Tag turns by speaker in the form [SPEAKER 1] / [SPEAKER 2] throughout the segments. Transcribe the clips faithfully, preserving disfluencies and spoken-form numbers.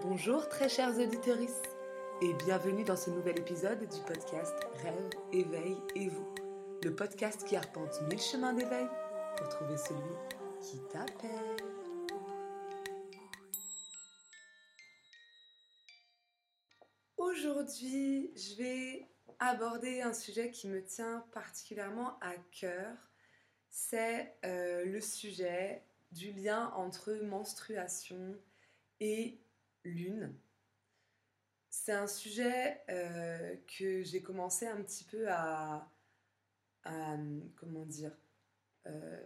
[SPEAKER 1] Bonjour très chers auditeurs et bienvenue dans ce nouvel épisode du podcast Rêve, éveil et vous, le podcast qui arpente mille chemins d'éveil pour trouver celui qui t'appelle. Aujourd'hui, je vais aborder un sujet qui me tient particulièrement à cœur. C'est euh, le sujet du lien entre menstruation et lune. C'est un sujet euh, que j'ai commencé un petit peu à, à comment dire, euh,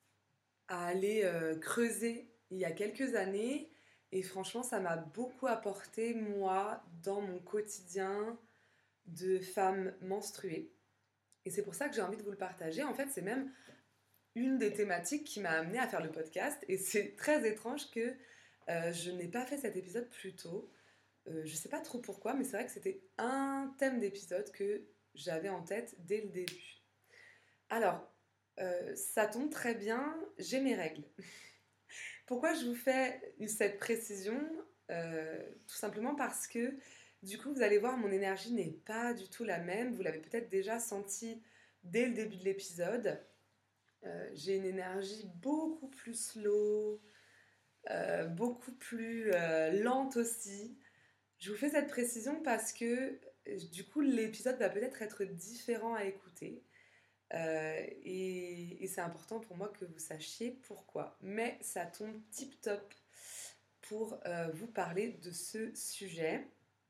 [SPEAKER 1] à aller euh, creuser il y a quelques années. Et franchement, ça m'a beaucoup apporté, moi, dans mon quotidien de femme menstruée. Et c'est pour ça que j'ai envie de vous le partager. En fait, c'est même une des thématiques qui m'a amenée à faire le podcast. Et c'est très étrange que euh, je n'ai pas fait cet épisode plus tôt. Euh, je sais pas trop pourquoi, mais c'est vrai que c'était un thème d'épisode que j'avais en tête dès le début. Alors, euh, ça tombe très bien, j'ai mes règles. Pourquoi je vous fais cette précision euh, Tout simplement parce que, du coup, vous allez voir, mon énergie n'est pas du tout la même. Vous l'avez peut-être déjà senti dès le début de l'épisode. Euh, j'ai une énergie beaucoup plus slow, euh, beaucoup plus euh, lente aussi. Je vous fais cette précision parce que du coup l'épisode va peut-être être différent à écouter euh, et, et c'est important pour moi que vous sachiez pourquoi. Mais ça tombe tip top pour euh, vous parler de ce sujet.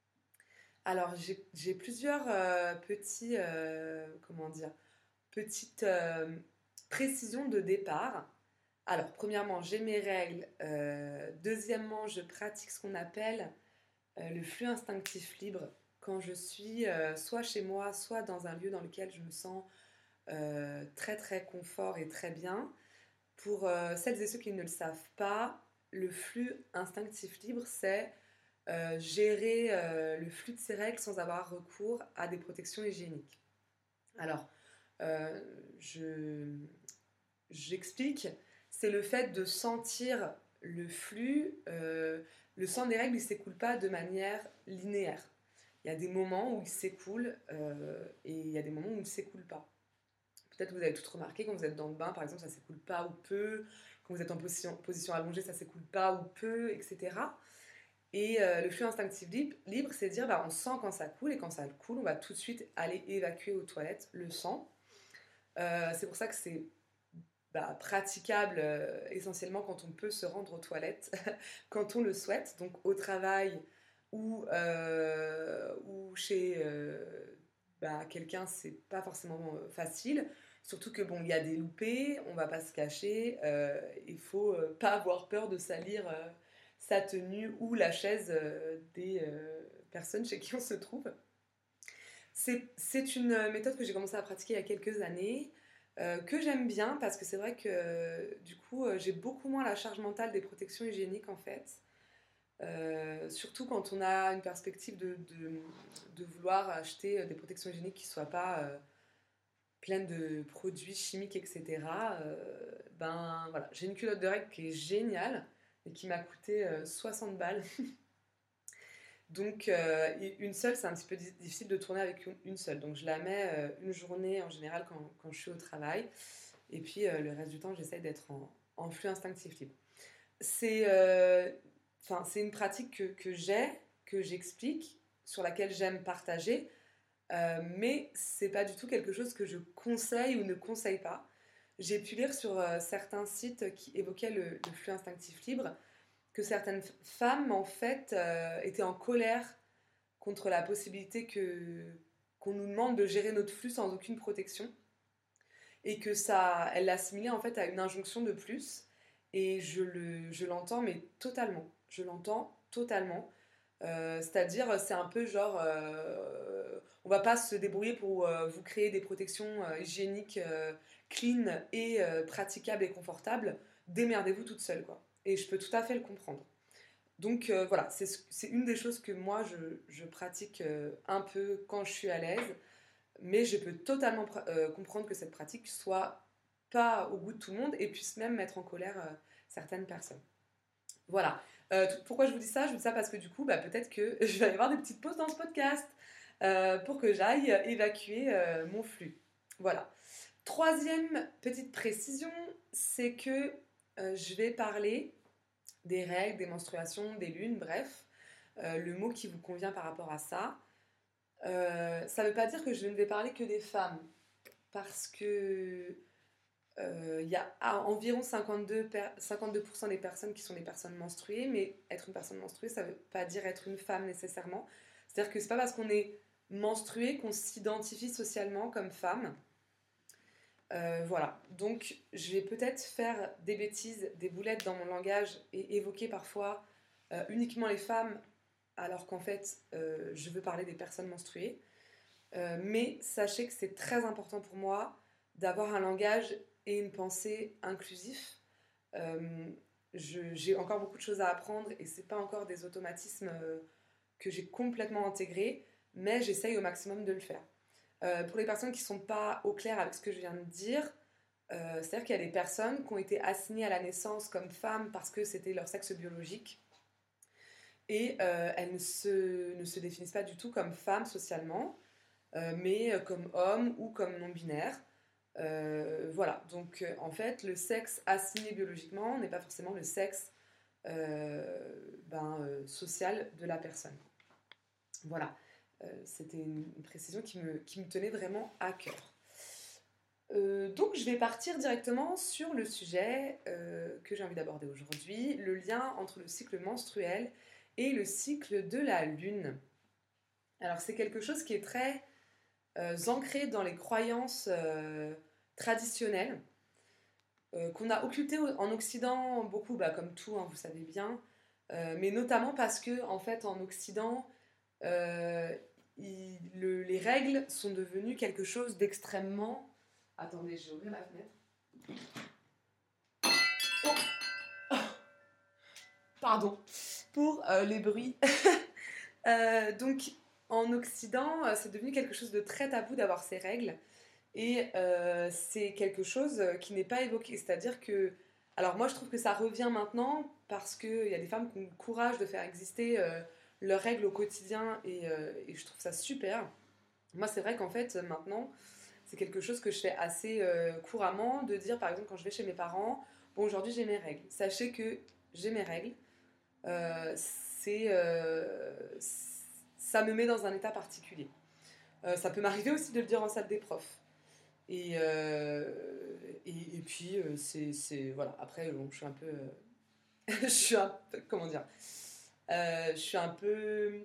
[SPEAKER 1] Alors j'ai, j'ai plusieurs euh, petits, euh, comment dire, petites euh, précisions de départ. Alors premièrement j'ai mes règles, euh, deuxièmement je pratique ce qu'on appelle Euh, le flux instinctif libre quand je suis euh, soit chez moi, soit dans un lieu dans lequel je me sens euh, très très confort et très bien. Pour euh, celles et ceux qui ne le savent pas, le flux instinctif libre, c'est euh, gérer euh, le flux de ses règles sans avoir recours à des protections hygiéniques. Alors, euh, je, j'explique, c'est le fait de sentir le flux, euh, le sang des règles, il ne s'écoule pas de manière linéaire. Il y a des moments où il s'écoule euh, et il y a des moments où il ne s'écoule pas. Peut-être que vous avez tout remarqué, quand vous êtes dans le bain, par exemple, ça ne s'écoule pas ou peu. Quand vous êtes en position, position allongée, ça ne s'écoule pas ou peu, et cetera. Et euh, le flux instinctif libre, libre c'est dire, bah, on sent quand ça coule, et quand ça coule, on va tout de suite aller évacuer aux toilettes le sang. Euh, c'est pour ça que c'est Bah, praticable euh, essentiellement quand on peut se rendre aux toilettes, quand on le souhaite, donc au travail ou, euh, ou chez euh, bah, quelqu'un, c'est pas forcément euh, facile. Surtout que bon, il y a des loupés, on va pas se cacher, euh, il faut euh, pas avoir peur de salir euh, sa tenue ou la chaise euh, des euh, personnes chez qui on se trouve. C'est, c'est une méthode que j'ai commencé à pratiquer il y a quelques années, euh, que j'aime bien parce que c'est vrai que euh, du coup euh, j'ai beaucoup moins la charge mentale des protections hygiéniques en fait. Euh, surtout quand on a une perspective de, de, de vouloir acheter des protections hygiéniques qui ne soient pas euh, pleines de produits chimiques, et cetera. Euh, ben voilà, j'ai une culotte de règles qui est géniale et qui m'a coûté euh, soixante balles. Donc euh, une seule, c'est un petit peu difficile de tourner avec une seule. Donc je la mets euh, une journée en général quand, quand je suis au travail. Et puis euh, le reste du temps, j'essaye d'être en, en flux instinctif libre. C'est, euh, c'est une pratique que, que j'ai, que j'explique, sur laquelle j'aime partager. Euh, mais c'est pas du tout quelque chose que je conseille ou ne conseille pas. J'ai pu lire sur euh, certains sites qui évoquaient le, le flux instinctif libre que certaines femmes, en fait, euh, étaient en colère contre la possibilité que, qu'on nous demande de gérer notre flux sans aucune protection. Et que ça, elle l'assimilait en fait à une injonction de plus. Et je, le, je l'entends, mais totalement. Je l'entends totalement. Euh, c'est-à-dire, c'est un peu genre, euh, on va pas se débrouiller pour euh, vous créer des protections euh, hygiéniques euh, clean et euh, praticables et confortables. Démerdez-vous toute seule, quoi. Et je peux tout à fait le comprendre. Donc euh, voilà, c'est, c'est une des choses que moi je, je pratique euh, un peu quand je suis à l'aise, mais je peux totalement pr- euh, comprendre que cette pratique soit pas au goût de tout le monde et puisse même mettre en colère euh, certaines personnes. Voilà. Euh, tout- pourquoi je vous dis ça? Je vous dis ça parce que du coup, bah, peut-être que je vais y avoir des petites pauses dans ce podcast euh, pour que j'aille évacuer euh, mon flux. Voilà. Troisième petite précision, c'est que euh, je vais parler des règles, des menstruations, des lunes, bref, euh, le mot qui vous convient par rapport à ça. Euh, ça ne veut pas dire que je ne vais parler que des femmes, parce que euh, il y a ah, environ cinquante-deux, per- cinquante-deux pour cent des personnes qui sont des personnes menstruées, mais être une personne menstruée, ça ne veut pas dire être une femme nécessairement. C'est-à-dire que c'est pas parce qu'on est menstrué qu'on s'identifie socialement comme femme. Euh, voilà, donc je vais peut-être faire des bêtises, des boulettes dans mon langage et évoquer parfois euh, uniquement les femmes, alors qu'en fait euh, je veux parler des personnes menstruées. Euh, mais sachez que c'est très important pour moi d'avoir un langage et une pensée inclusif. Euh, je- j'ai encore beaucoup de choses à apprendre et c'est pas encore des automatismes euh, que j'ai complètement intégrés, mais j'essaye au maximum de le faire. Euh, pour les personnes qui ne sont pas au clair avec ce que je viens de dire, euh, c'est-à-dire qu'il y a des personnes qui ont été assignées à la naissance comme femmes parce que c'était leur sexe biologique et euh, elles ne se, ne se définissent pas du tout comme femmes socialement, euh, mais comme hommes ou comme non-binaires. Euh, voilà, donc euh, en fait, le sexe assigné biologiquement n'est pas forcément le sexe euh, ben, euh, social de la personne. Voilà. Euh, c'était une, une précision qui me, qui me tenait vraiment à cœur. Euh, donc je vais partir directement sur le sujet euh, que j'ai envie d'aborder aujourd'hui, le lien entre le cycle menstruel et le cycle de la lune. Alors c'est quelque chose qui est très euh, ancré dans les croyances euh, traditionnelles, euh, qu'on a occultées en Occident beaucoup, bah, comme tout, hein, vous savez bien, euh, mais notamment parce que en fait en Occident, euh, il- le- les règles sont devenues quelque chose d'extrêmement... Attendez, je vais ouvrir la fenêtre. Oh, pardon pour euh, les bruits. Euh, donc, en Occident, euh, c'est devenu quelque chose de très tabou d'avoir ces règles. Et euh, c'est quelque chose euh, qui n'est pas évoqué. C'est-à-dire que... Alors moi, je trouve que ça revient maintenant parce qu'il y a des femmes qui ont le courage de faire exister euh, leurs règles au quotidien et, euh, et je trouve ça super. Moi, c'est vrai qu'en fait, maintenant, c'est quelque chose que je fais assez euh, couramment, de dire, par exemple, quand je vais chez mes parents, bon, aujourd'hui, j'ai mes règles. Sachez que j'ai mes règles. Euh, c'est, euh, ça me met dans un état particulier. Euh, ça peut m'arriver aussi de le dire en salle des profs. Et, euh, et, et puis, euh, c'est, c'est... Voilà, après, bon, je suis un peu... euh, je suis un peu... Comment dire Euh, Je suis un peu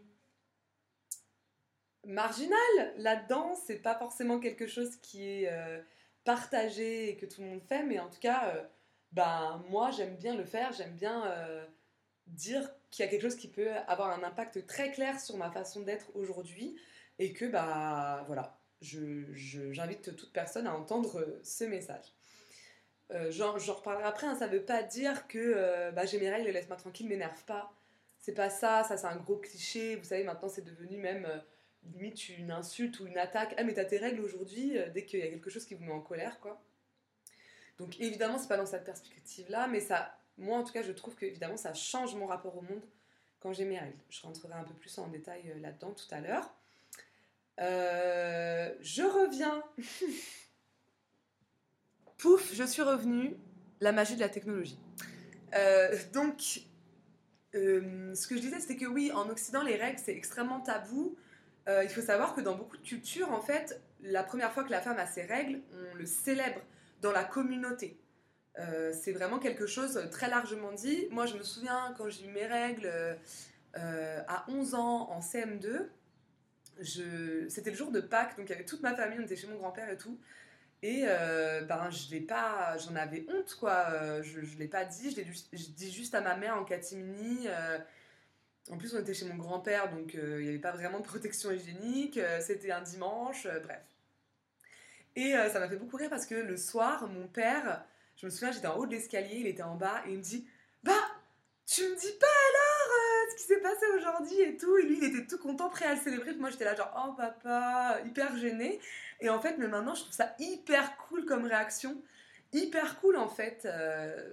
[SPEAKER 1] marginal là-dedans, c'est pas forcément quelque chose qui est euh, partagé et que tout le monde fait, mais en tout cas, euh, ben, moi j'aime bien le faire, j'aime bien euh, dire qu'il y a quelque chose qui peut avoir un impact très clair sur ma façon d'être aujourd'hui et que bah voilà, je, je- j'invite toute personne à entendre ce message. Euh, j'en, j'en reparlerai après, hein, ça veut pas dire que euh, bah, j'ai mes règles, laisse-moi tranquille, m'énerve pas. C'est pas ça, ça c'est un gros cliché. Vous savez, maintenant c'est devenu même euh, limite une insulte ou une attaque. Ah, mais t'as tes règles aujourd'hui, euh, dès qu'il y a quelque chose qui vous met en colère, quoi. Donc évidemment, c'est pas dans cette perspective-là, mais ça, moi en tout cas, je trouve que évidemment ça change mon rapport au monde quand j'ai mes règles. Je rentrerai un peu plus en détail euh, là-dedans tout à l'heure. Euh, je reviens. Pouf, je suis revenue. La magie de la technologie. Euh, donc, euh, ce que je disais, c'était que oui, en Occident, les règles, c'est extrêmement tabou. Euh, il faut savoir que dans beaucoup de cultures, en fait, la première fois que la femme a ses règles, on le célèbre dans la communauté. Euh, c'est vraiment quelque chose très largement dit. Moi, je me souviens quand j'ai eu mes règles euh, à onze ans en C M deux, je... c'était le jour de Pâques, donc il y avait toute ma famille, on était chez mon grand-père et tout. Et euh, ben, je l'ai pas, j'en avais honte, quoi. Euh, Je ne l'ai pas dit, je l'ai ju- je dis juste à ma mère en catimini. Euh, en plus, on était chez mon grand-père, donc euh, il n'y avait pas vraiment de protection hygiénique. Euh, c'était un dimanche, euh, bref. Et euh, ça m'a fait beaucoup rire parce que le soir, mon père, je me souviens, j'étais en haut de l'escalier, il était en bas, et il me dit: Bah, tu me dis pas alors euh, ce qui s'est passé aujourd'hui et tout. Et lui, il était tout content, prêt à le célébrer. Puis moi, j'étais là, genre, oh papa, hyper gênée. Et en fait, mais maintenant, je trouve ça hyper cool comme réaction. Hyper cool, en fait, euh,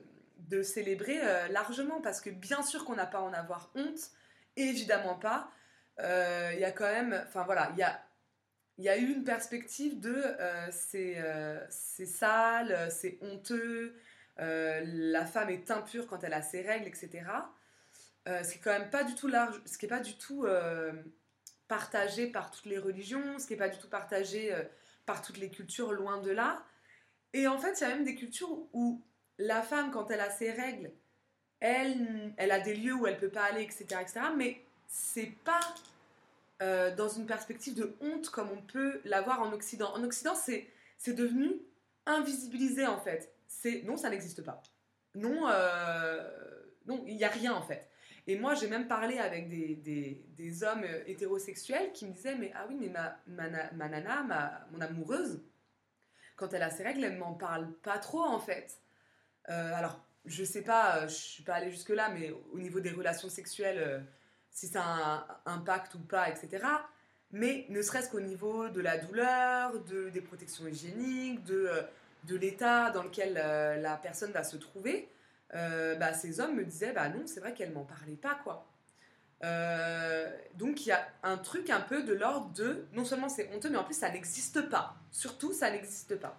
[SPEAKER 1] de le célébrer euh, largement, parce que bien sûr qu'on n'a pas à en avoir honte, évidemment pas. Il euh, y a quand même, enfin voilà, il y a, y a eu une perspective de euh, c'est, euh, c'est sale, c'est honteux, euh, la femme est impure quand elle a ses règles, et cetera. Euh, ce qui est quand même pas du tout large, ce qui est pas du tout euh, partagé par toutes les religions, ce qui est pas du tout partagé euh, par toutes les cultures, loin de là. Et en fait, il y a même des cultures où la femme, quand elle a ses règles, elle, elle a des lieux où elle peut pas aller, et cetera, et cetera. Mais c'est pas euh, dans une perspective de honte comme on peut l'avoir en Occident. En Occident, c'est, c'est devenu invisibilisé en fait. C'est, non, ça n'existe pas. Non, euh, non, il n'y a rien en fait. Et moi, j'ai même parlé avec des, des, des hommes hétérosexuels qui me disaient, mais ah oui, mais ma, ma, ma nana, ma, mon amoureuse, quand elle a ses règles, elle m'en parle pas trop en fait. Euh, alors, je sais pas, euh, je suis pas allée jusque là, mais au niveau des relations sexuelles, euh, si ça a un impact ou pas, et cetera. Mais ne serait-ce qu'au niveau de la douleur, de, des protections hygiéniques, de, euh, de l'état dans lequel euh, la personne va se trouver, euh, bah, ces hommes me disaient, bah non, c'est vrai qu'elle m'en parlait pas, quoi. Euh, donc il y a un truc un peu de l'ordre de, non seulement c'est honteux, mais en plus ça n'existe pas. Surtout, ça n'existe pas.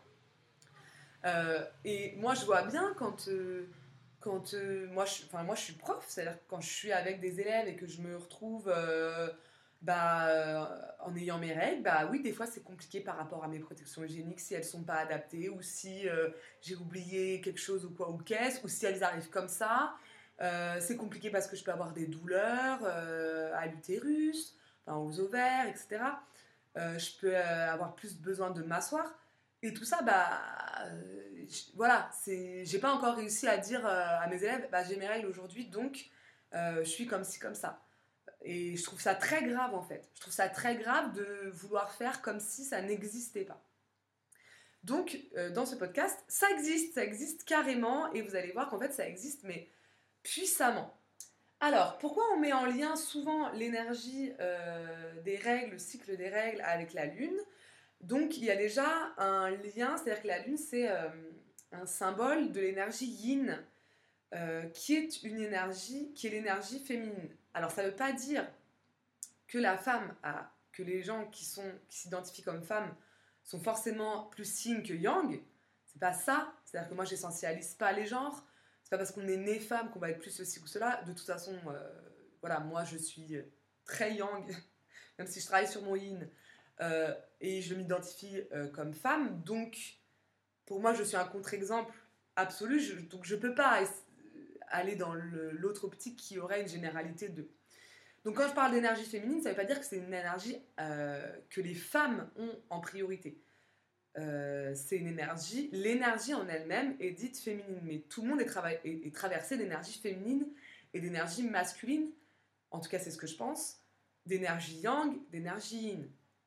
[SPEAKER 1] Euh, et moi, je vois bien quand, euh, quand euh, moi, je, enfin, moi, je suis prof, c'est-à-dire que quand je suis avec des élèves et que je me retrouve euh, bah, euh, en ayant mes règles, bah oui, des fois, c'est compliqué par rapport à mes protections hygiéniques si elles sont pas adaptées ou si euh, j'ai oublié quelque chose ou quoi ou qu'est-ce, ou si elles arrivent comme ça. Euh, c'est compliqué parce que je peux avoir des douleurs euh, à l'utérus, enfin, aux ovaires, et cetera. Euh, je peux euh, avoir plus besoin de m'asseoir. Et tout ça, bah, euh, voilà, c'est, j'ai pas encore réussi à dire euh, à mes élèves, bah, j'ai mes règles aujourd'hui, donc euh, je suis comme ci, comme ça. Et je trouve ça très grave en fait. Je trouve ça très grave de vouloir faire comme si ça n'existait pas. Donc, euh, dans ce podcast, ça existe, ça existe carrément, et vous allez voir qu'en fait, ça existe, mais puissamment. Alors, pourquoi on met en lien souvent l'énergie euh, des règles, le cycle des règles avec la Lune ? Donc, il y a déjà un lien, c'est-à-dire que la Lune, c'est euh, un symbole de l'énergie yin, euh, qui est une énergie, qui est l'énergie féminine. Alors, ça ne veut pas dire que la femme a, que les gens qui, sont, qui s'identifient comme femmes sont forcément plus yin que yang. C'est pas ça. C'est-à-dire que moi, j'essentialise pas les genres. C'est pas parce qu'on est né femme qu'on va être plus ceci ou cela. De toute façon, euh, voilà, moi, je suis très yang, même si je travaille sur mon yin. Euh, et je m'identifie euh, comme femme, donc pour moi je suis un contre-exemple absolu, je, donc je peux pas aller dans le, l'autre optique qui aurait une généralité de. Donc quand je parle d'énergie féminine, ça veut pas dire que c'est une énergie euh, que les femmes ont en priorité. Euh, c'est une énergie, l'énergie en elle-même est dite féminine, mais tout le monde est, trava- est, est traversé d'énergie féminine et d'énergie masculine, en tout cas c'est ce que je pense, d'énergie yang, d'énergie yin.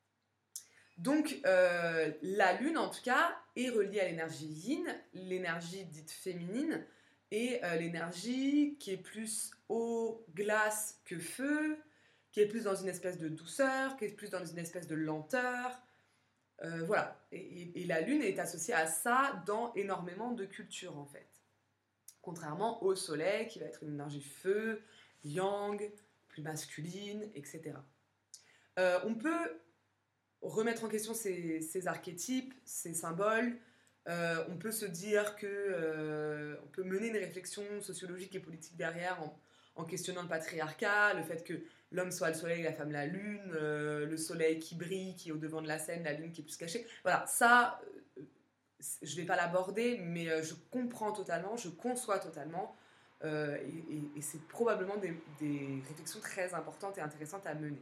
[SPEAKER 1] Donc, euh, la Lune, en tout cas, est reliée à l'énergie yin, l'énergie dite féminine, et euh, l'énergie qui est plus eau, glace que feu, qui est plus dans une espèce de douceur, qui est plus dans une espèce de lenteur. Euh, voilà. Et, et, et la Lune est associée à ça dans énormément de cultures, en fait. Contrairement au Soleil, qui va être une énergie feu, yang, plus masculine, et cetera. Euh, on peut remettre en question ces, ces archétypes, ces symboles. Euh, on peut se dire que euh, on peut mener une réflexion sociologique et politique derrière en, en questionnant le patriarcat, le fait que l'homme soit le soleil, la femme la lune, euh, le soleil qui brille, qui est au devant de la scène, la lune qui est plus cachée. Voilà, ça, euh, je ne vais pas l'aborder, mais euh, je comprends totalement, je conçois totalement, euh, et, et, et c'est probablement des, des réflexions très importantes et intéressantes à mener.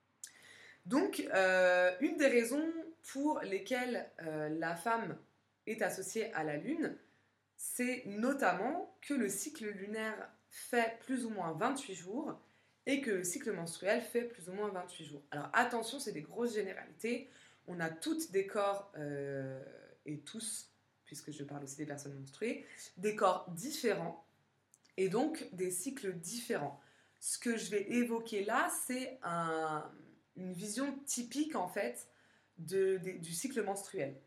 [SPEAKER 1] Donc, euh, une des raisons pour lesquelles euh, la femme est associée à la Lune, c'est notamment que le cycle lunaire fait plus ou moins vingt-huit jours et que le cycle menstruel fait plus ou moins vingt-huit jours. Alors attention, c'est des grosses généralités. On a toutes des corps, euh, et tous, puisque je parle aussi des personnes menstruées, des corps différents et donc des cycles différents. Ce que je vais évoquer là, c'est un... une vision typique en fait de, de, du cycle menstruel.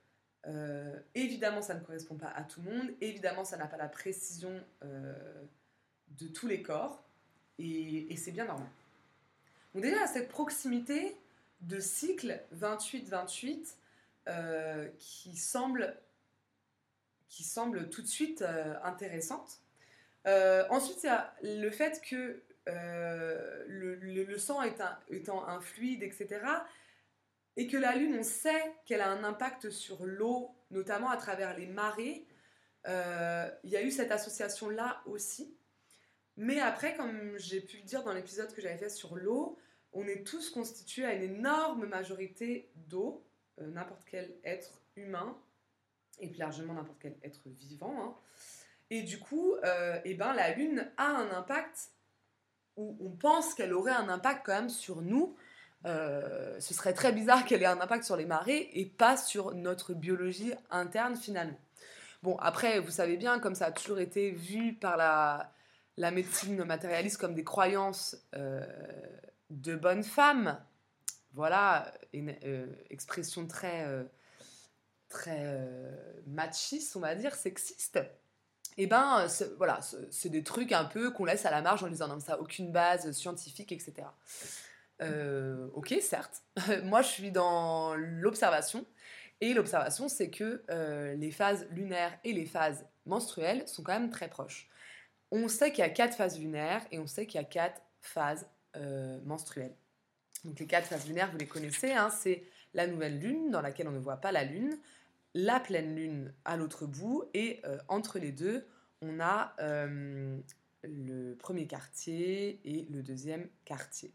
[SPEAKER 1] Euh, évidemment, ça ne correspond pas à tout le monde. Évidemment, ça n'a pas la précision euh, de tous les corps. Et, et c'est bien normal. Donc déjà, cette proximité de cycle vingt-huit vingt-huit euh, qui, semble, qui semble tout de suite euh, intéressante. Euh, ensuite, il y a le fait que euh, le, le, le sang est un, étant un fluide, et cetera, et que la Lune, on sait qu'elle a un impact sur l'eau, notamment à travers les marées. Euh, il y a eu cette association-là aussi. Mais après, comme j'ai pu le dire dans l'épisode que j'avais fait sur l'eau, on est tous constitués à une énorme majorité d'eau, euh, n'importe quel être humain, et plus largement n'importe quel être vivant. Hein. Et du coup, euh, eh ben, la Lune a un impact, ou on pense qu'elle aurait un impact quand même sur nous. Euh, ce serait très bizarre qu'elle ait un impact sur les marées et pas sur notre biologie interne finalement. Bon, après, vous savez bien, comme ça a toujours été vu par la, la médecine matérialiste comme des croyances euh, de bonnes femmes, voilà, une euh, expression très, euh, très euh, machiste, on va dire, sexiste. Et ben, c'est, voilà, c'est, c'est des trucs un peu qu'on laisse à la marge en disant non, ça n'a aucune base scientifique, et cetera. Euh, ok, certes. Moi, je suis dans l'observation. Et l'observation, c'est que euh, les phases lunaires et les phases menstruelles sont quand même très proches. On sait qu'il y a quatre phases lunaires et on sait qu'il y a quatre phases euh, menstruelles. Donc les quatre phases lunaires, vous les connaissez, hein, c'est la nouvelle lune dans laquelle on ne voit pas la lune, la pleine lune à l'autre bout, et euh, entre les deux, on a euh, le premier quartier et le deuxième quartier.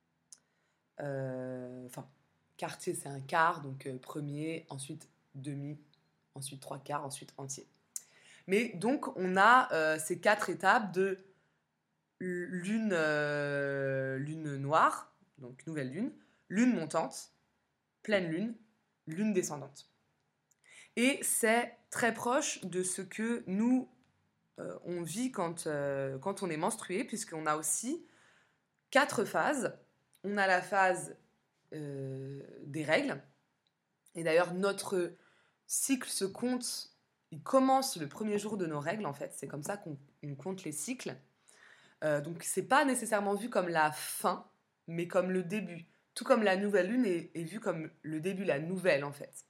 [SPEAKER 1] Euh, enfin, quartier c'est un quart, donc euh, premier, ensuite demi, ensuite trois quarts, ensuite entier. Mais donc on a euh, ces quatre étapes de lune, euh, lune noire, donc nouvelle lune, lune montante, pleine lune, lune descendante. Et c'est très proche de ce que nous euh, on vit quand, euh, quand on est menstrué, puisqu'on a aussi quatre phases. On a la phase Euh, des règles. Et d'ailleurs, notre cycle se compte, il commence le premier jour de nos règles, en fait. C'est comme ça qu'on on compte les cycles. Euh, donc, c'est pas nécessairement vu comme la fin, mais comme le début. Tout comme la nouvelle lune est, est vue comme le début, la nouvelle, en fait.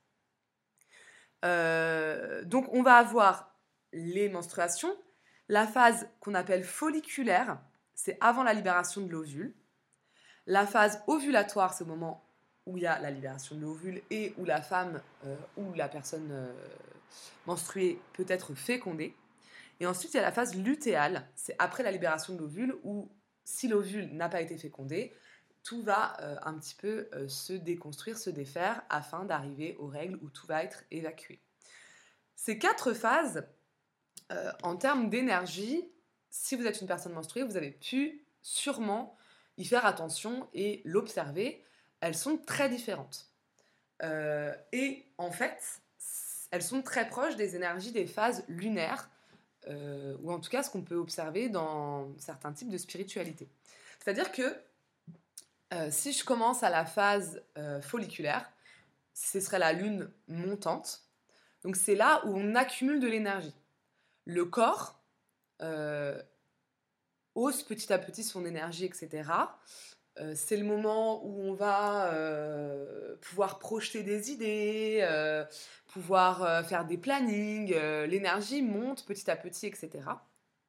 [SPEAKER 1] Euh, donc, on va avoir les menstruations. La phase qu'on appelle folliculaire, c'est avant la libération de l'ovule. La phase ovulatoire, c'est au moment où il y a la libération de l'ovule et où la femme euh, ou la personne euh, menstruée peut être fécondée. Et ensuite, il y a la phase lutéale, c'est après la libération de l'ovule où, si l'ovule n'a pas été fécondé, tout va euh, un petit peu euh, se déconstruire, se défaire, afin d'arriver aux règles où tout va être évacué. Ces quatre phases, euh, en termes d'énergie, si vous êtes une personne menstruée, vous avez pu sûrement y faire attention et l'observer, elles sont très différentes. Euh, et en fait, elles sont très proches des énergies des phases lunaires, euh, ou en tout cas ce qu'on peut observer dans certains types de spiritualité. C'est-à-dire que euh, si je commence à la phase euh, folliculaire, ce serait la lune montante. Donc c'est là où on accumule de l'énergie. Le corps euh, hausse petit à petit son énergie, et cetera. Euh, c'est le moment où on va euh, pouvoir projeter des idées, euh, pouvoir euh, faire des plannings, euh, l'énergie monte petit à petit, et cetera.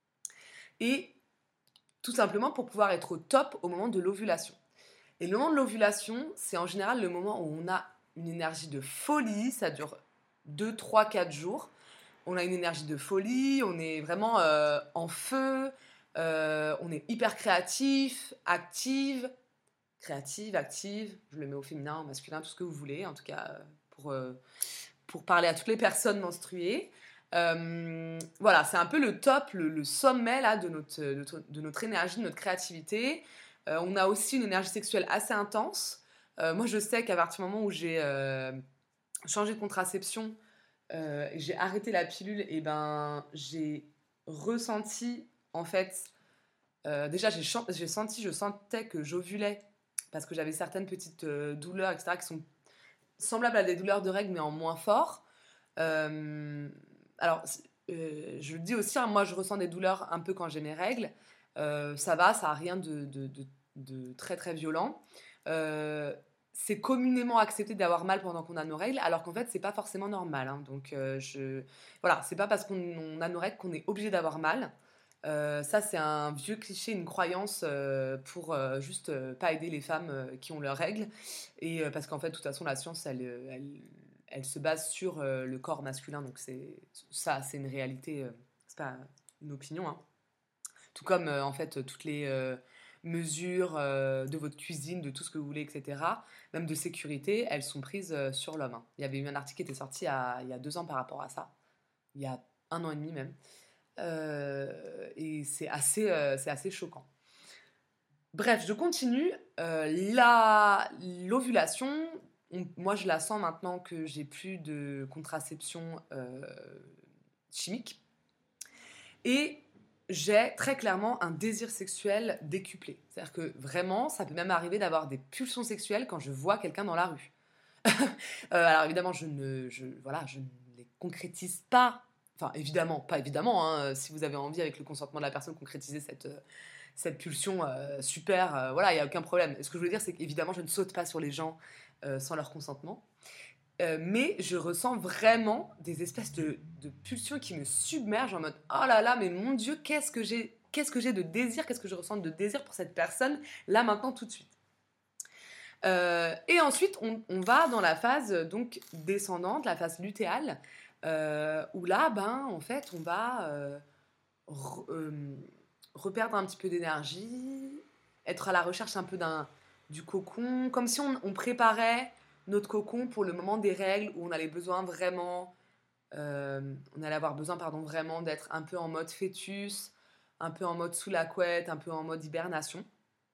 [SPEAKER 1] Et tout simplement pour pouvoir être au top au moment de l'ovulation. Et le moment de l'ovulation, c'est en général le moment où on a une énergie de folie, ça dure deux, trois, quatre jours. On a une énergie de folie, on est vraiment euh, en feu, euh, on est hyper créatif, active, créative, active, je le mets au féminin, au masculin, tout ce que vous voulez, en tout cas pour, euh, pour parler à toutes les personnes menstruées. Euh, voilà, c'est un peu le top, le, le sommet là, de, notre, de, de notre énergie, de notre créativité. Euh, on a aussi une énergie sexuelle assez intense. Euh, moi, je sais qu'à partir du moment où j'ai euh, changé de contraception, euh, et j'ai arrêté la pilule, et ben j'ai ressenti, en fait, euh, déjà j'ai, ch- j'ai senti, je sentais que j'ovulais parce que j'avais certaines petites euh, douleurs, et cetera, qui sont semblables à des douleurs de règles, mais en moins fort. Euh, alors, euh, je le dis aussi, hein, moi je ressens des douleurs un peu quand j'ai mes règles. Euh, ça va, ça n'a rien de, de, de, de très très violent. Euh, c'est communément accepté d'avoir mal pendant qu'on a nos règles, alors qu'en fait c'est pas forcément normal. Hein. Donc euh, je, voilà, c'est pas parce qu'on on a nos règles qu'on est obligé d'avoir mal. Euh, ça c'est un vieux cliché, une croyance euh, pour euh, juste euh, pas aider les femmes euh, qui ont leurs règles. Et euh, parce qu'en fait de toute façon la science elle, elle, elle se base sur euh, le corps masculin, donc c'est ça c'est une réalité, euh, c'est pas une opinion. Hein. Tout comme euh, en fait toutes les euh, mesures euh, de votre cuisine, de tout ce que vous voulez, et cetera, même de sécurité, elles sont prises euh, sur l'homme. Hein. Il y avait eu un article qui était sorti à- il y a deux ans par rapport à ça, il y a un an et demi même. Euh, et c'est assez, euh, c'est assez choquant. Bref, je continue. Euh, la, l'ovulation, on- moi je la sens maintenant que j'ai plus de contraception euh, chimique. Et j'ai très clairement un désir sexuel décuplé. C'est-à-dire que vraiment, ça peut même arriver d'avoir des pulsions sexuelles quand je vois quelqu'un dans la rue. Euh, alors évidemment, je ne, je, voilà, je ne les concrétise pas. Enfin, évidemment, pas évidemment. Hein, si vous avez envie, avec le consentement de la personne, concrétiser cette, euh, cette pulsion euh, super, euh, voilà, il n'y a aucun problème. Et ce que je veux dire, c'est qu'évidemment, je ne saute pas sur les gens euh, sans leur consentement. Euh, mais je ressens vraiment des espèces de, de pulsions qui me submergent en mode oh là là, mais mon Dieu, qu'est-ce que j'ai, qu'est-ce que j'ai de désir, qu'est-ce que je ressens de désir pour cette personne là maintenant tout de suite. Euh, et ensuite, on, on va dans la phase donc descendante, la phase lutéale, euh, où là, ben, en fait, on va euh, re- euh, reperdre un petit peu d'énergie, être à la recherche un peu d'un, du cocon, comme si on, on préparait notre cocon pour le moment des règles où on allait besoin vraiment, euh, on allait avoir besoin pardon vraiment d'être un peu en mode fœtus, un peu en mode sous la couette, un peu en mode hibernation.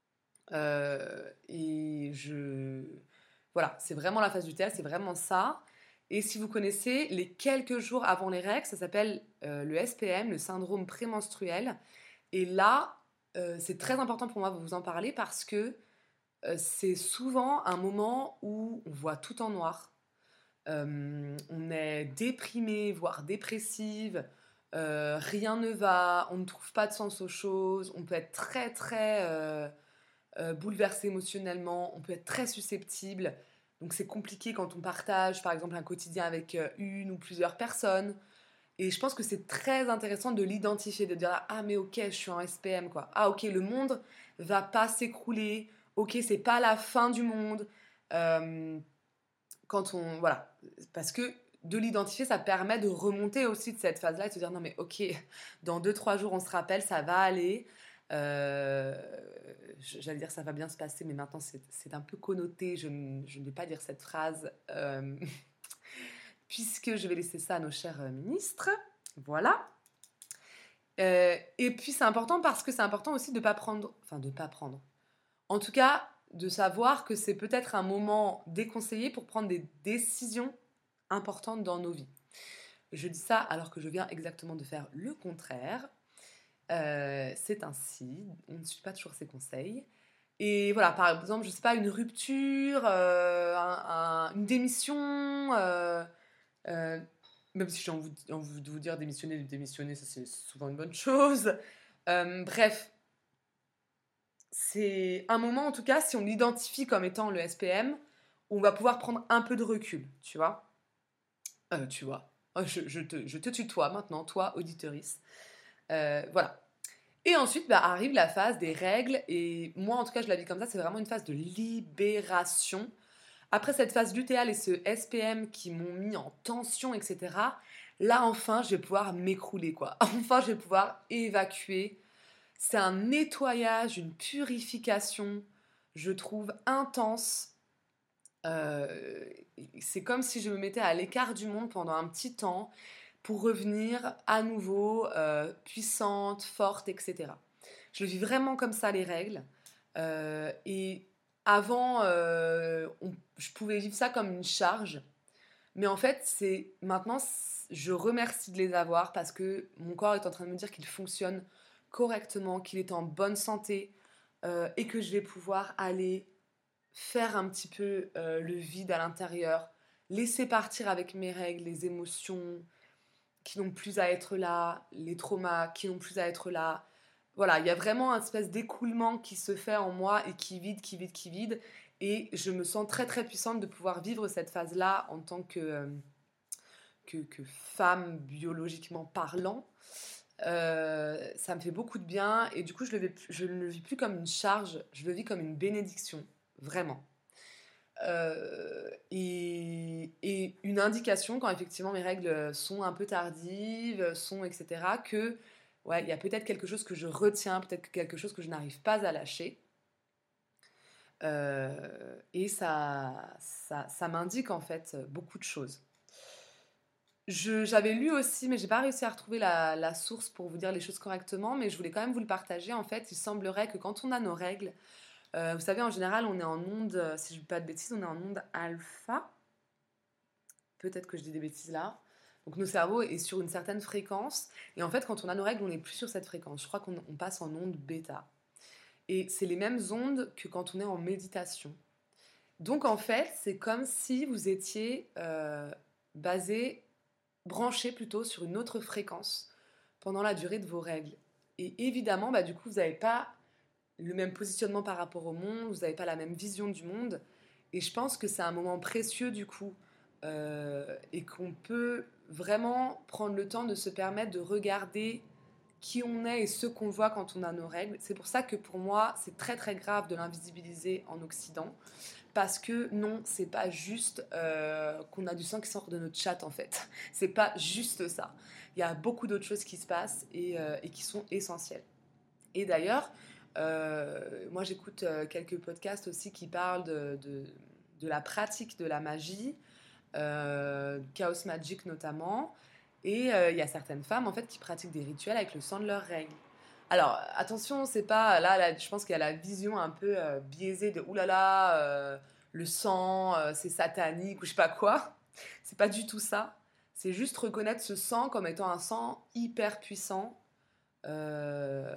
[SPEAKER 1] Euh, et je, voilà, c'est vraiment la phase du test, c'est vraiment ça. Et si vous connaissez les quelques jours avant les règles, ça s'appelle euh, le S P M, le syndrome prémenstruel. Et là, euh, c'est très important pour moi de vous en parler parce que euh, c'est souvent un moment où on voit tout en noir. Euh, on est déprimé, voire dépressive. Euh, rien ne va, on ne trouve pas de sens aux choses. On peut être très, très euh, euh, bouleversé émotionnellement. On peut être très susceptible. Donc c'est compliqué quand on partage, par exemple, un quotidien avec euh, une ou plusieurs personnes. Et je pense que c'est très intéressant de l'identifier, de dire ah mais ok je suis en S P M quoi, ah ok le monde va pas s'écrouler, ok c'est pas la fin du monde. Euh, quand on voilà, parce que de l'identifier ça permet de remonter aussi de cette phase là et de se dire non mais ok dans deux trois jours on se rappelle ça va aller. Euh, j'allais dire ça va bien se passer mais maintenant c'est, c'est un peu connoté, je, ne- je ne vais pas dire cette phrase. Euh, puisque je vais laisser ça à nos chers euh, ministres. Voilà. Euh, et puis c'est important parce que c'est important aussi de ne pas prendre, enfin de pas prendre. En tout cas, de savoir que c'est peut-être un moment déconseillé pour prendre des décisions importantes dans nos vies. Je dis ça alors que je viens exactement de faire le contraire. Euh, c'est ainsi, on ne suit pas toujours ses conseils. Et voilà, par exemple, je sais pas, une rupture, euh, un- un- une démission, euh, euh, même si j'ai envie, envie de vous dire démissionner, démissionner, ça c'est souvent une bonne chose. Euh, bref, c'est un moment en tout cas, si on l'identifie comme étant le S P M, on va pouvoir prendre un peu de recul, tu vois. Euh, tu vois. Oh, Je, je te, je te tutoie maintenant, toi, auditorice. Euh, voilà. Et ensuite bah, arrive la phase des règles, et moi en tout cas je la vis comme ça, c'est vraiment une phase de libération. Après cette phase lutéale et ce S P M qui m'ont mis en tension, et cetera, là enfin je vais pouvoir m'écrouler, quoi. Enfin je vais pouvoir évacuer. C'est un nettoyage, une purification, je trouve intense. Euh, c'est comme si je me mettais à l'écart du monde pendant un petit temps pour revenir à nouveau euh, puissante, forte, et cetera. Je le vis vraiment comme ça, les règles. Euh, et avant, euh, on- je pouvais vivre ça comme une charge. Mais en fait, c'est maintenant, c'est- je remercie de les avoir parce que mon corps est en train de me dire qu'il fonctionne correctement, qu'il est en bonne santé euh, et que je vais pouvoir aller faire un petit peu euh, le vide à l'intérieur, laisser partir avec mes règles les émotions qui n'ont plus à être là, les traumas qui n'ont plus à être là. Voilà, il y a vraiment un espèce d'écoulement qui se fait en moi et qui vide, qui vide, qui vide. Et je me sens très très puissante de pouvoir vivre cette phase-là en tant que, euh, que, que femme biologiquement parlant. Euh, ça me fait beaucoup de bien et du coup je, le vis, je ne le vis plus comme une charge, je le vis comme une bénédiction, vraiment. Euh, et, et une indication quand effectivement mes règles sont un peu tardives, sont et cetera, que ouais, il y a peut-être quelque chose que je retiens, peut-être quelque chose que je n'arrive pas à lâcher. Euh, et ça, ça, ça m'indique en fait beaucoup de choses. Je, j'avais lu aussi, mais j'ai pas réussi à retrouver la, la source pour vous dire les choses correctement, mais je voulais quand même vous le partager. En fait, il semblerait que quand on a nos règles, euh, vous savez, en général, on est en onde, si je ne dis pas de bêtises, on est en onde alpha. Peut-être que je dis des bêtises là. Donc nos cerveaux est sur une certaine fréquence. Et en fait, quand on a nos règles, on n'est plus sur cette fréquence. Je crois qu'on on passe en onde bêta. Et c'est les mêmes ondes que quand on est en méditation. Donc en fait, c'est comme si vous étiez euh, basé, branché plutôt sur une autre fréquence pendant la durée de vos règles. Et évidemment, bah, du coup, vous n'avez pas le même positionnement par rapport au monde, vous n'avez pas la même vision du monde. Et je pense que c'est un moment précieux du coup, euh, et qu'on peut vraiment prendre le temps de se permettre de regarder qui on est et ce qu'on voit quand on a nos règles. C'est pour ça que pour moi, c'est très très grave de l'invisibiliser en Occident. Parce que non, c'est pas juste euh, qu'on a du sang qui sort de notre chatte en fait. C'est pas juste ça. Il y a beaucoup d'autres choses qui se passent et, euh, et qui sont essentielles. Et d'ailleurs, euh, moi j'écoute euh, quelques podcasts aussi qui parlent de, de, de la pratique de la magie, euh, Chaos Magic notamment. Et euh, il y a certaines femmes en fait qui pratiquent des rituels avec le sang de leurs règles. Alors attention, c'est pas là, là je pense qu'il y a la vision un peu euh, biaisée de oulala, euh, le sang, euh, c'est satanique ou je sais pas quoi. C'est pas du tout ça. C'est juste reconnaître ce sang comme étant un sang hyper puissant. Euh,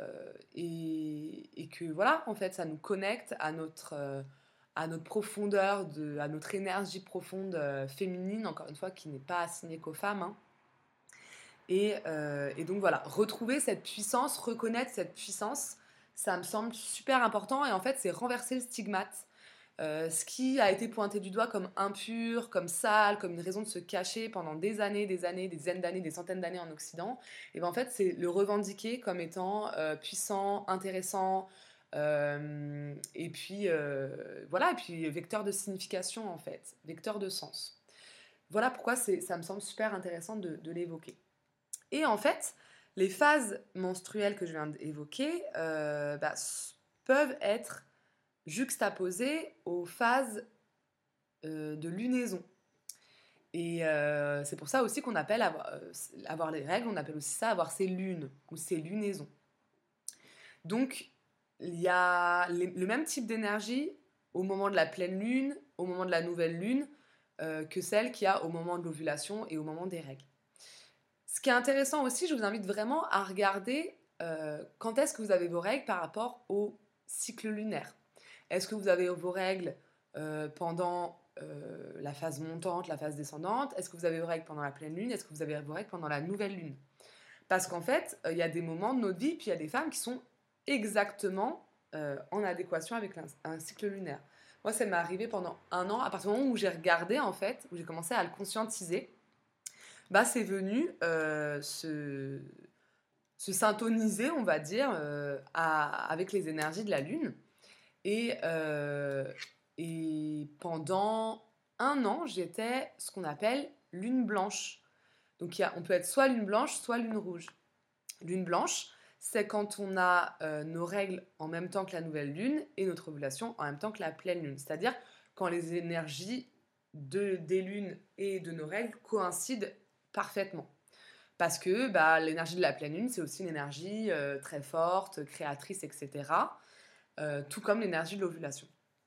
[SPEAKER 1] et, et que voilà, en fait, ça nous connecte à notre, euh, à notre profondeur, de, à notre énergie profonde euh, féminine, encore une fois, qui n'est pas assignée qu'aux femmes. Hein. Et, euh, et donc voilà, retrouver cette puissance, reconnaître cette puissance, ça me semble super important. Et en fait, c'est renverser le stigmate. Euh, ce qui a été pointé du doigt comme impur, comme sale, comme une raison de se cacher pendant des années, des années, des dizaines d'années, des centaines d'années en Occident, et ben en fait c'est le revendiquer comme étant euh, puissant, intéressant, euh, et puis euh, voilà, et puis vecteur de signification en fait, vecteur de sens. Voilà pourquoi c'est, ça me semble super intéressant de, de l'évoquer. Et en fait, les phases menstruelles que je viens d'évoquer euh, bah, peuvent être juxtaposées aux phases euh, de lunaison. Et euh, c'est pour ça aussi qu'on appelle avoir, euh, avoir les règles, on appelle aussi ça avoir ses lunes ou ses lunaisons. Donc, il y a les, le même type d'énergie au moment de la pleine lune, au moment de la nouvelle lune, euh, que celle qu'il y a au moment de l'ovulation et au moment des règles. Ce qui est intéressant aussi, je vous invite vraiment à regarder euh, quand est-ce que vous avez vos règles par rapport au cycle lunaire. Est-ce que vous avez vos règles euh, pendant euh, la phase montante, la phase descendante? Est-ce que vous avez vos règles pendant la pleine lune? Est-ce que vous avez vos règles pendant la nouvelle lune? Parce qu'en fait, il euh, y a des moments de notre vie, puis il y a des femmes qui sont exactement euh, en adéquation avec un, un cycle lunaire. Moi, ça m'est arrivé pendant un an, à partir du moment où j'ai regardé, en fait, où j'ai commencé à le conscientiser, bah, c'est venu euh, se, se syntoniser, on va dire, euh, à, avec les énergies de la lune. Et, euh, et pendant un an, j'étais ce qu'on appelle lune blanche. Donc il y a, on peut être soit lune blanche, soit lune rouge. Lune blanche, c'est quand on a euh, nos règles en même temps que la nouvelle lune et notre ovulation en même temps que la pleine lune. C'est-à-dire quand les énergies de, des lunes et de nos règles coïncident parfaitement. Parce que bah, l'énergie de la pleine lune, c'est aussi une énergie euh, très forte, créatrice, et cetera. Euh, tout comme l'énergie de l'ovulation.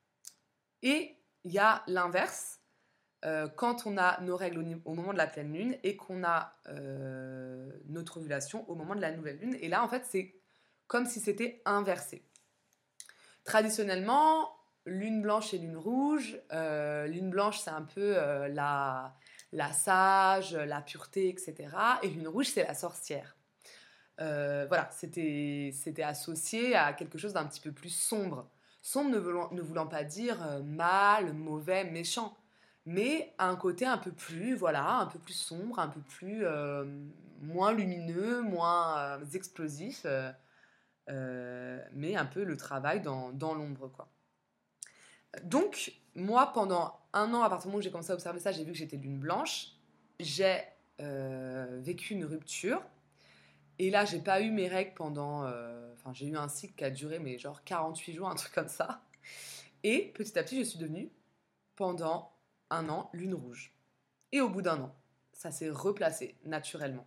[SPEAKER 1] Et il y a l'inverse, euh, quand on a nos règles au, au moment de la pleine lune et qu'on a euh, notre ovulation au moment de la nouvelle lune. Et là, en fait, c'est comme si c'était inversé. Traditionnellement, lune blanche et lune rouge. Euh, lune blanche, c'est un peu euh, la, la sage, la pureté, et cetera. Et lune rouge, c'est la sorcière. Euh, voilà, c'était, c'était associé à quelque chose d'un petit peu plus sombre. Sombre ne voulant, ne voulant pas dire euh, mal, mauvais, méchant, mais un côté un peu plus, voilà, un peu plus sombre, un peu plus euh, moins lumineux, moins euh, explosif, euh, euh, mais un peu le travail dans, dans l'ombre, quoi. Donc, moi, pendant un an, à partir du moment où j'ai commencé à observer ça, j'ai vu que j'étais lune blanche. J'ai euh, vécu une rupture. Et là, j'ai pas eu mes règles pendant. euh, Enfin, j'ai eu un cycle qui a duré, mais genre quarante-huit jours, un truc comme ça. Et petit à petit, je suis devenue, pendant un an, lune rouge. Et au bout d'un an, ça s'est replacé naturellement.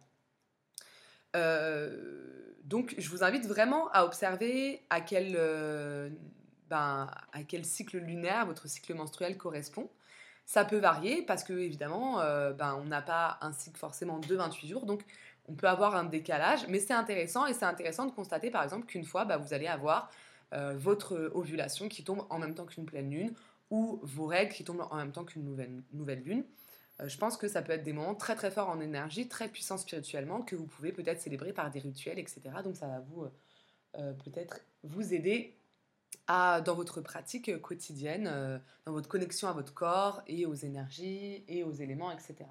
[SPEAKER 1] Euh, donc, je vous invite vraiment à observer à quel, euh, ben, à quel cycle lunaire votre cycle menstruel correspond. Ça peut varier parce que, évidemment, euh, ben, on n'a pas un cycle forcément de vingt-huit jours, donc on peut avoir un décalage, mais c'est intéressant et c'est intéressant de constater par exemple qu'une fois, ben, vous allez avoir euh, votre ovulation qui tombe en même temps qu'une pleine lune ou vos règles qui tombent en même temps qu'une nouvelle, nouvelle lune. Euh, je pense que ça peut être des moments très très forts en énergie, très puissants spirituellement, que vous pouvez peut-être célébrer par des rituels, et cetera. Donc ça va vous euh, euh, peut-être vous aider à, dans votre pratique quotidienne, euh, dans votre connexion à votre corps et aux énergies et aux éléments, et cetera.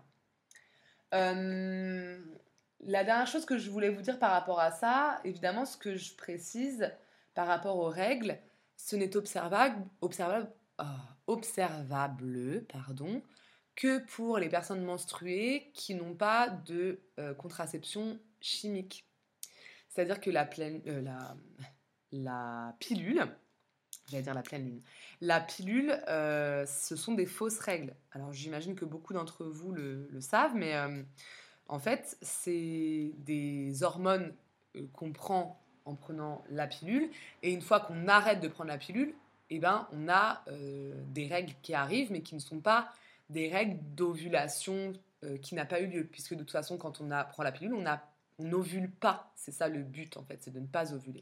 [SPEAKER 1] Euh, la dernière chose que je voulais vous dire par rapport à ça, évidemment, ce que je précise par rapport aux règles, ce n'est observable, observable, oh, observable pardon, que pour les personnes menstruées qui n'ont pas de euh, contraception chimique. C'est-à-dire que la, pleine, euh, la, la pilule, j'allais dire la pleine lune, la pilule, euh, ce sont des fausses règles. Alors j'imagine que beaucoup d'entre vous le, le savent, mais euh, en fait, c'est des hormones euh, qu'on prend en prenant la pilule, et une fois qu'on arrête de prendre la pilule, eh ben, on a euh, des règles qui arrivent, mais qui ne sont pas des règles d'ovulation euh, qui n'a pas eu lieu, puisque de toute façon, quand on a, prend la pilule, on a, on n'ovule pas. C'est ça le but, en fait, c'est de ne pas ovuler.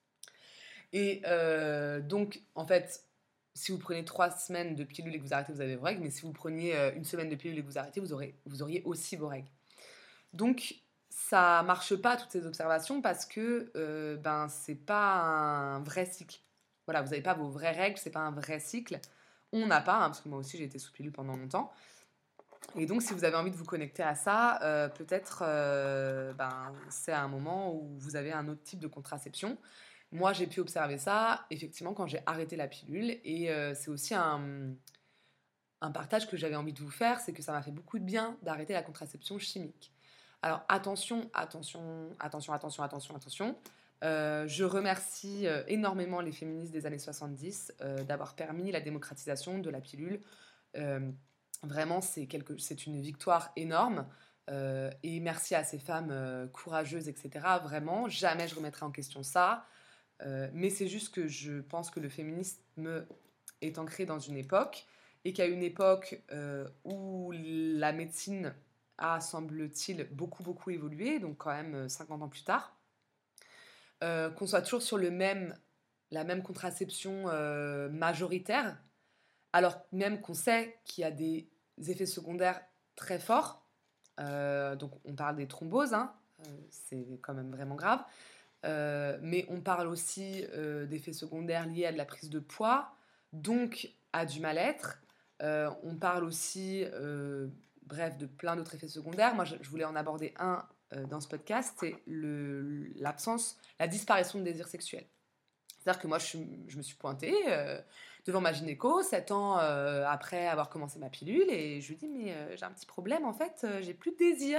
[SPEAKER 1] Et euh, donc, en fait, si vous prenez trois semaines de pilule et que vous arrêtez, vous avez vos règles, mais si vous preniez euh, une semaine de pilule et que vous arrêtez, vous, aurez, vous auriez aussi vos règles. Donc, ça marche pas toutes ces observations parce que euh, ben c'est pas un vrai cycle. Voilà, vous n'avez pas vos vraies règles, c'est pas un vrai cycle. On n'a pas, hein, parce que moi aussi j'ai été sous pilule pendant longtemps. Et donc, si vous avez envie de vous connecter à ça, euh, peut-être euh, ben, c'est un moment où vous avez un autre type de contraception. Moi, j'ai pu observer ça effectivement quand j'ai arrêté la pilule. Et euh, c'est aussi un, un partage que j'avais envie de vous faire, c'est que ça m'a fait beaucoup de bien d'arrêter la contraception chimique. Alors attention, attention, attention, attention, attention, attention. Euh, je remercie euh, énormément les féministes des années soixante-dix euh, d'avoir permis la démocratisation de la pilule. Euh, vraiment, c'est, quelque, c'est une victoire énorme. Euh, et merci à ces femmes euh, courageuses, et cetera. Vraiment, jamais je remettrai en question ça. Euh, mais c'est juste que je pense que le féminisme est ancré dans une époque et qu'à une époque euh, où la médecine a, semble-t-il, beaucoup, beaucoup évolué, donc quand même cinquante ans plus tard, euh, qu'on soit toujours sur le même, la même contraception euh, majoritaire, alors même qu'on sait qu'il y a des effets secondaires très forts, euh, donc on parle des thromboses, hein, euh, c'est quand même vraiment grave, euh, mais on parle aussi euh, d'effets secondaires liés à de la prise de poids, donc à du mal-être. Euh, on parle aussi, euh, bref, de plein d'autres effets secondaires. Moi, je, je voulais en aborder un euh, dans ce podcast, c'est le, l'absence, la disparition de désir sexuel. C'est-à-dire que moi, je, je me suis pointée euh, devant ma gynéco, sept ans euh, après avoir commencé ma pilule, et je lui dis, mais euh, j'ai un petit problème, en fait, euh, j'ai plus de désir.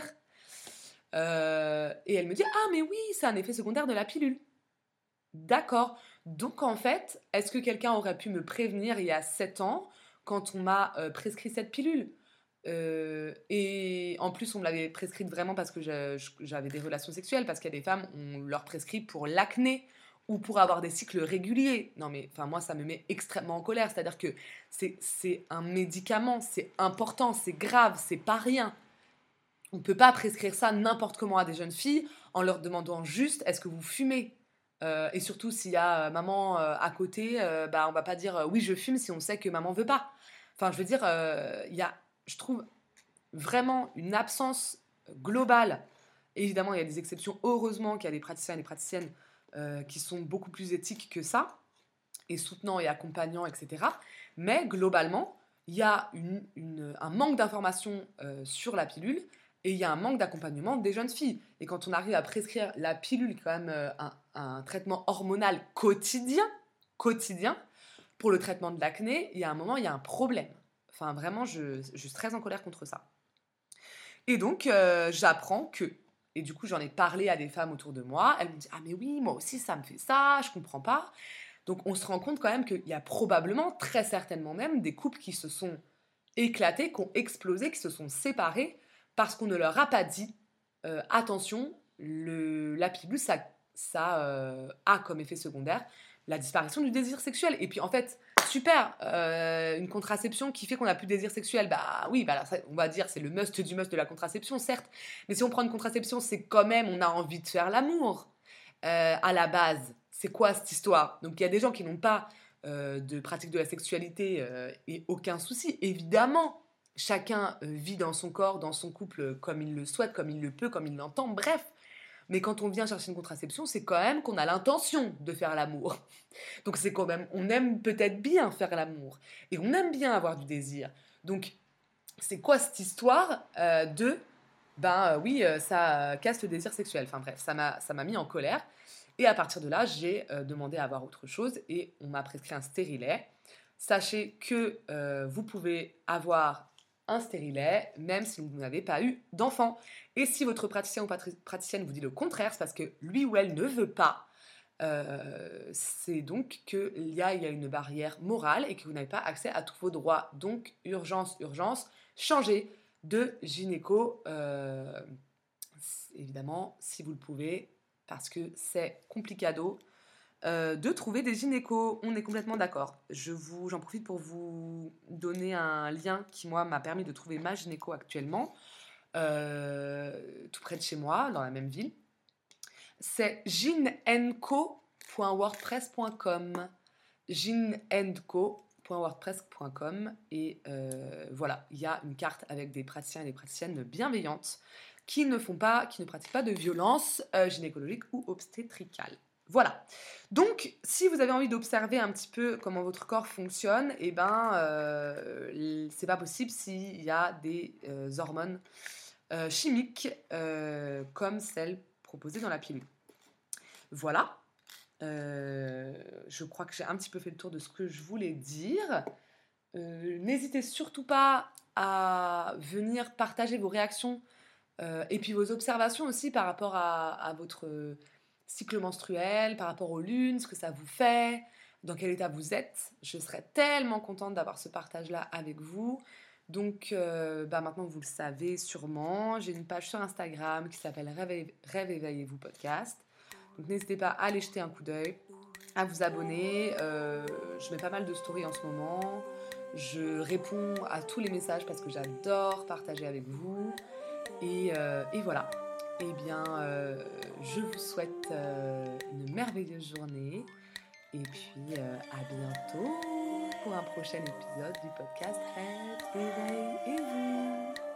[SPEAKER 1] Euh, et elle me dit, ah mais oui, c'est un effet secondaire de la pilule. D'accord. Donc en fait, est-ce que quelqu'un aurait pu me prévenir il y a sept ans quand on m'a euh, prescrit cette pilule? Euh, et en plus, on me l'avait prescrite vraiment parce que je- je- j'avais des relations sexuelles, parce qu'il y a des femmes, on leur prescrit pour l'acné ou pour avoir des cycles réguliers. Non mais, enfin moi, ça me met extrêmement en colère. C'est-à-dire que c'est, c'est un médicament, c'est important, c'est grave, c'est pas rien. On ne peut pas prescrire ça n'importe comment à des jeunes filles en leur demandant juste est-ce que vous fumez. Euh, et surtout, s'il y a euh, maman euh, à côté, euh, bah, on va pas dire euh, oui, je fume si on sait que maman veut pas. Enfin, je veux dire, euh, il y a, je trouve vraiment une absence globale. Évidemment, il y a des exceptions. Heureusement qu'il y a des praticiens et des praticiennes euh, qui sont beaucoup plus éthiques que ça, et soutenants et accompagnants, et cetera. Mais globalement, il y a une, une, un manque d'informations euh, sur la pilule et il y a un manque d'accompagnement des jeunes filles. Et quand on arrive à prescrire la pilule, qui est quand même euh, un, un traitement hormonal quotidien, quotidien, pour le traitement de l'acné, il y a un moment, il y a un problème. Enfin, vraiment, je, je suis très en colère contre ça. Et donc, euh, j'apprends que, et du coup, j'en ai parlé à des femmes autour de moi, elles m'ont dit « Ah mais oui, moi aussi, ça me fait ça, je comprends pas ». Donc, on se rend compte quand même qu'il y a probablement, très certainement même, des couples qui se sont éclatés, qui ont explosé, qui se sont séparés, parce qu'on ne leur a pas dit euh, « Attention, le, la pilule, ça, ça euh, a comme effet secondaire la disparition du désir sexuel. » Et puis, en fait... Super, euh, une contraception qui fait qu'on n'a plus de désir sexuel, bah oui, bah là, ça, on va dire c'est le must du must de la contraception, certes. Mais si on prend une contraception, c'est quand même, on a envie de faire l'amour euh, à la base. C'est quoi cette histoire? Donc il y a des gens qui n'ont pas euh, de pratique de la sexualité euh, et aucun souci. Évidemment, chacun euh, vit dans son corps, dans son couple, comme il le souhaite, comme il le peut, comme il l'entend, bref. Mais quand on vient chercher une contraception, c'est quand même qu'on a l'intention de faire l'amour. Donc c'est quand même, on aime peut-être bien faire l'amour. Et on aime bien avoir du désir. Donc c'est quoi cette histoire euh, de, ben euh, oui, euh, ça euh, casse le désir sexuel. Enfin bref, ça m'a, ça m'a mis en colère. Et à partir de là, j'ai euh, demandé à avoir autre chose et on m'a prescrit un stérilet. Sachez que euh, vous pouvez avoir un stérilet même si vous n'avez pas eu d'enfant. Et si votre praticien ou praticienne vous dit le contraire, c'est parce que lui ou elle ne veut pas. Euh, c'est donc qu'il y a, il y a une barrière morale et que vous n'avez pas accès à tous vos droits. Donc, urgence, urgence, changez de gynéco, euh, évidemment, si vous le pouvez, parce que c'est complicado euh, de trouver des gynécos. On est complètement d'accord. Je vous, j'en profite pour vous donner un lien qui, moi, m'a permis de trouver ma gynéco actuellement, euh, tout près de chez moi, dans la même ville. C'est ginenco point wordpress point com. ginenco point wordpress point com. Et euh, voilà, il y a une carte avec des praticiens et des praticiennes bienveillantes qui ne font pas, qui ne pratiquent pas de violence euh, gynécologique ou obstétricale. Voilà. Donc, si vous avez envie d'observer un petit peu comment votre corps fonctionne, et eh ben, euh, c'est pas possible s'il y a des euh, hormones euh, chimiques euh, comme celles proposées dans la pilule. Voilà. Euh, je crois que j'ai un petit peu fait le tour de ce que je voulais dire. Euh, n'hésitez surtout pas à venir partager vos réactions euh, et puis vos observations aussi par rapport à, à votre cycle menstruel, par rapport aux lunes, ce que ça vous fait, dans quel état vous êtes. Je serais tellement contente d'avoir ce partage-là avec vous. Donc euh, bah maintenant vous le savez sûrement, j'ai une page sur Instagram qui s'appelle Rêve, Rêve Éveillez-vous Podcast. Donc n'hésitez pas à aller jeter un coup d'œil, à vous abonner. Euh, je mets pas mal de stories en ce moment. Je réponds à tous les messages parce que j'adore partager avec vous. Et, euh, et voilà. Eh bien, euh, je vous souhaite euh, une merveilleuse journée. Et puis, euh, à bientôt pour un prochain épisode du podcast Rêve, Éveille et vous.